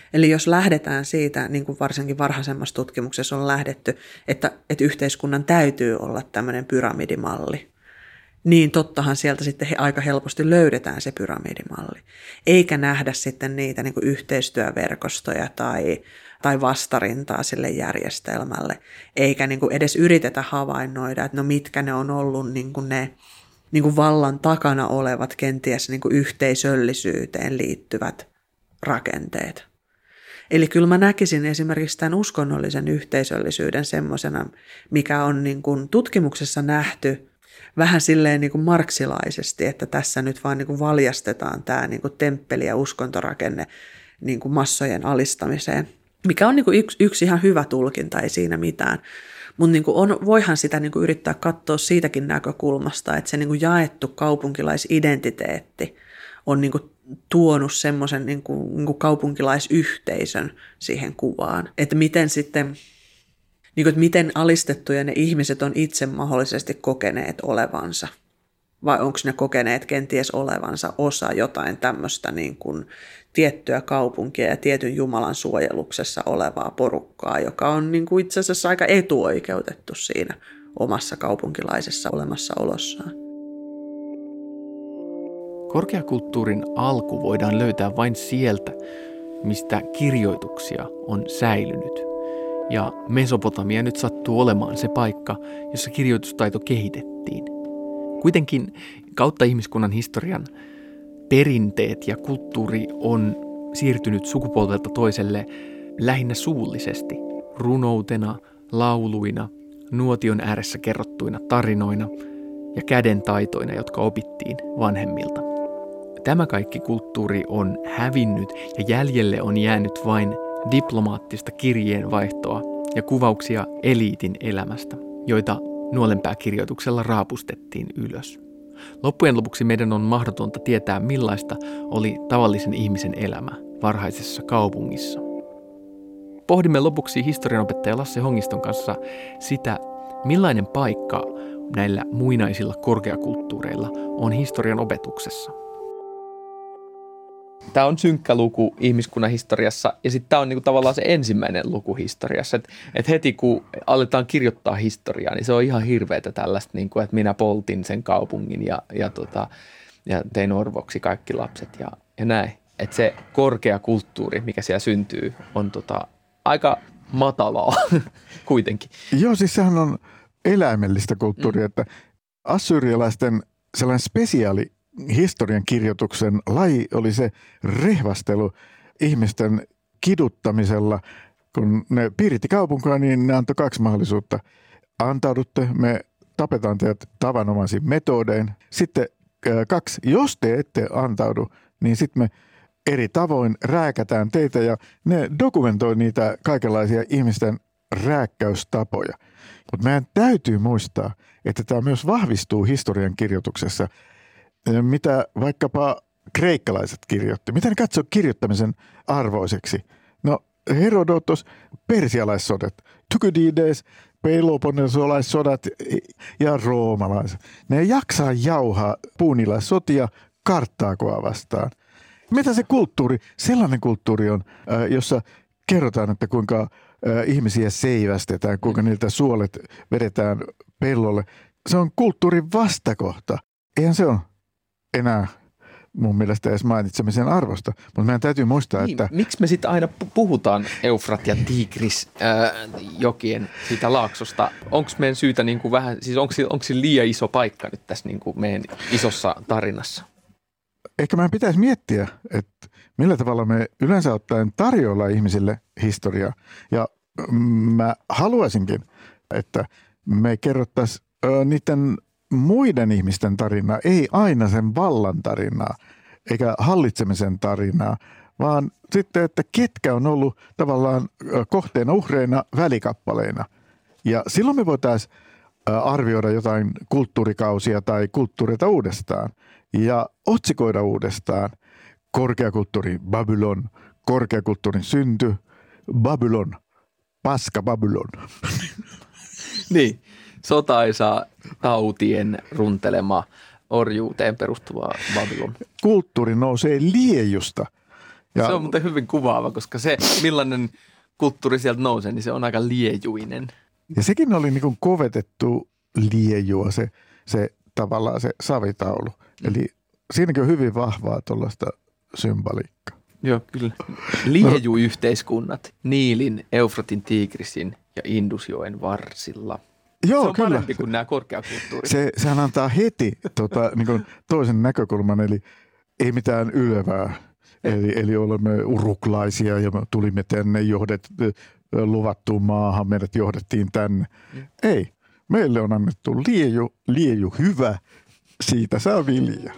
Eli jos lähdetään siitä, niin kuin varsinkin varhaisemmassa tutkimuksessa on lähdetty, että, että yhteiskunnan täytyy olla tämmöinen pyramidimalli, niin tottahan sieltä sitten aika helposti löydetään se pyramidimalli. Eikä nähdä sitten niitä niin kuin yhteistyöverkostoja tai, tai vastarintaa sille järjestelmälle. Eikä niin kuin edes yritetä havainnoida, että no mitkä ne on ollut niin kuin ne niin kuin vallan takana olevat kenties niin kuin yhteisöllisyyteen liittyvät rakenteet. Eli kyllä mä näkisin esimerkiksi tämän uskonnollisen yhteisöllisyyden semmoisena, mikä on niin kuin tutkimuksessa nähty vähän silleen niin kuin marksilaisesti, että tässä nyt vaan niin kuin valjastetaan tämä niin kuin temppeli- ja uskontorakenne niin kuin massojen alistamiseen, mikä on niin kuin yksi, yksi ihan hyvä tulkinta, ei siinä mitään. Mutta niin voihan sitä niin kuin yrittää katsoa siitäkin näkökulmasta, että se niin kuin jaettu kaupunkilaisidentiteetti on niin kuin tuonut semmoisen niin kuin, niin kuin kaupunkilaisyhteisön siihen kuvaan. Että miten sitten, niin kuin, että miten alistettuja ne ihmiset on itse mahdollisesti kokeneet olevansa. Vai onko ne kokeneet kenties olevansa osa jotain tämmöistä niin kuin tiettyä kaupunkia ja tietyn Jumalan suojeluksessa olevaa porukkaa, joka on niin kuin itse asiassa aika etuoikeutettu siinä omassa kaupunkilaisessa olemassaolossaan. Korkeakulttuurin alku voidaan löytää vain sieltä, mistä kirjoituksia on säilynyt. Ja Mesopotamia nyt sattuu olemaan se paikka, jossa kirjoitustaito kehitettiin. Kuitenkin kautta ihmiskunnan historian perinteet ja kulttuuri on siirtynyt sukupolvelta toiselle lähinnä suullisesti, runoutena, lauluina, nuotion ääressä kerrottuina tarinoina ja kädentaitoina, jotka opittiin vanhemmilta. Tämä kaikki kulttuuri on hävinnyt ja jäljelle on jäänyt vain diplomaattista kirjeenvaihtoa ja kuvauksia eliitin elämästä, joita nuolenpääkirjoituksella raapustettiin ylös. Loppujen lopuksi meidän on mahdotonta tietää, millaista oli tavallisen ihmisen elämä varhaisessa kaupungissa. Pohdimme lopuksi historianopettaja Lasse Hongiston kanssa sitä, millainen paikka näillä muinaisilla korkeakulttuureilla on historian opetuksessa. Tämä on synkkä luku ihmiskunnan historiassa ja sitten tämä on niinku tavallaan se ensimmäinen luku historiassa. Että et heti kun aletaan kirjoittaa historiaa, niin se on ihan hirveätä tällaista, niinku, että minä poltin sen kaupungin ja, ja, tota, ja tein orvoksi kaikki lapset ja, ja näin. Että se korkea kulttuuri, mikä siellä syntyy, on tota, aika matalaa kuitenkin. Joo, siis sehän on eläimellistä kulttuuria, mm. että assyrialaisten sellainen spesiaali historian kirjoituksen laji oli se rehvastelu ihmisten kiduttamisella. Kun ne piiritti kaupunkia, niin ne antoi kaksi mahdollisuutta. Antaudutte, me tapetaan teidät tavanomaisin metodein. Sitten kaksi, jos te ette antaudu, niin sitten me eri tavoin rääkätään teitä ja ne dokumentoi niitä kaikenlaisia ihmisten rääkkäystapoja. Mutta meidän täytyy muistaa, että tämä myös vahvistuu historian kirjoituksessa, mitä vaikkapa kreikkalaiset kirjoitti. Mitä ne katsoo kirjoittamisen arvoiseksi? No Herodotos, persialaissodat, Thukydides, peloponnesolaissodat ja roomalaiset. Ne ei jaksaa jauhaa puunilaissotia Karttaagoa vastaan. Mitä se kulttuuri, sellainen kulttuuri on, jossa kerrotaan, että kuinka ihmisiä seivästetään, kuinka niiltä suolet vedetään pellolle. Se on kulttuurin vastakohta. Eihän se ole enää mun mielestä edes mainitsemisen arvosta, mutta meidän täytyy muistaa, niin, että... Miksi me sitten aina puhutaan Eufrat ja Tigris äh, jokien siitä laaksosta? Onko meidän syytä niin kuin vähän, siis onko se liian iso paikka nyt tässä niin kuin meidän isossa tarinassa? Ehkä meidän pitäisi miettiä, että millä tavalla me yleensä ottaen tarjoillaan ihmisille historiaa. Ja mä haluaisinkin, että me kerrottaisiin niiden muiden ihmisten tarinaa, ei aina sen vallan tarinaa, eikä hallitsemisen tarinaa, vaan sitten, että ketkä on ollut tavallaan kohteena uhreina välikappaleina. Ja silloin me voitaisiin arvioida jotain kulttuurikausia tai kulttuureita uudestaan ja otsikoida uudestaan korkeakulttuurin Babylon, korkeakulttuurin synty, Babylon, paska Babylon. Niin, sotaisaa tautien runtelema orjuuteen perustuva Babylon. Kulttuuri nousee liejusta Ja se on muuten hyvin kuvaava, koska se, millainen kulttuuri sieltä nousee, niin se on aika liejuinen. Ja sekin oli niin kuin kovetettu liejua, se, se tavallaan se savitaulu. Mm. Eli siinäkin on hyvin vahvaa tuollaista symboliikkaa. Joo, kyllä. Liejuyhteiskunnat Niilin, Eufratin, Tigrisin ja Indusjoen varsilla. Joo, se on kyllä. parempi kuin nämä korkeakulttuurit. Se, sehän antaa heti tota, niin kuin toisen näkökulman, eli ei mitään ylevää. Eli, eli olemme uruklaisia ja me tulimme tänne johdet, luvattuun maahan, meidät johdettiin tänne. Mm. Ei, meille on annettu lieju, lieju hyvä, siitä saa viljaa.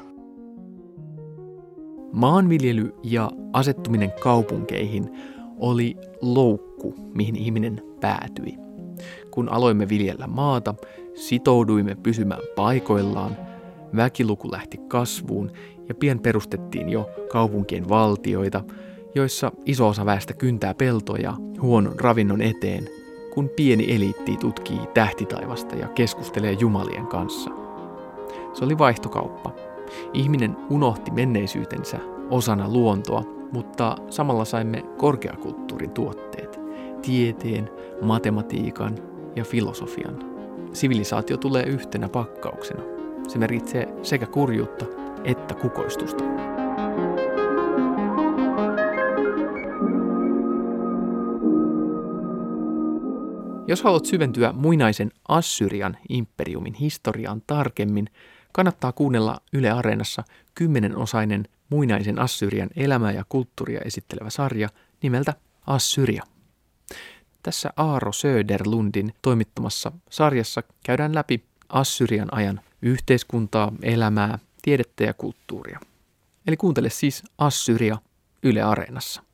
Maanviljely ja asettuminen kaupunkeihin oli loukku, mihin ihminen päätyi. Kun aloimme viljellä maata, sitouduimme pysymään paikoillaan, väkiluku lähti kasvuun ja pian perustettiin jo kaupunkien valtioita, joissa iso osa väestä kyntää peltoja huonon ravinnon eteen, kun pieni eliitti tutkii tähtitaivasta ja keskustelee jumalien kanssa. Se oli vaihtokauppa. Ihminen unohti menneisyytensä osana luontoa, mutta samalla saimme korkeakulttuurin tuotteet, tieteen, matematiikan ja filosofian. Sivilisaatio tulee yhtenä pakkauksena. Se merkitsee sekä kurjuutta että kukoistusta. Jos haluat syventyä muinaisen Assyrian imperiumin historiaan tarkemmin, kannattaa kuunnella Yle Areenassa kymmenenosainen muinaisen Assyrian elämää ja kulttuuria esittelevä sarja nimeltä Assyria. Tässä Aaro Söderlundin toimittamassa sarjassa käydään läpi Assyrian ajan yhteiskuntaa, elämää, tiedettä ja kulttuuria. Eli kuuntele siis Assyria Yle Areenassa.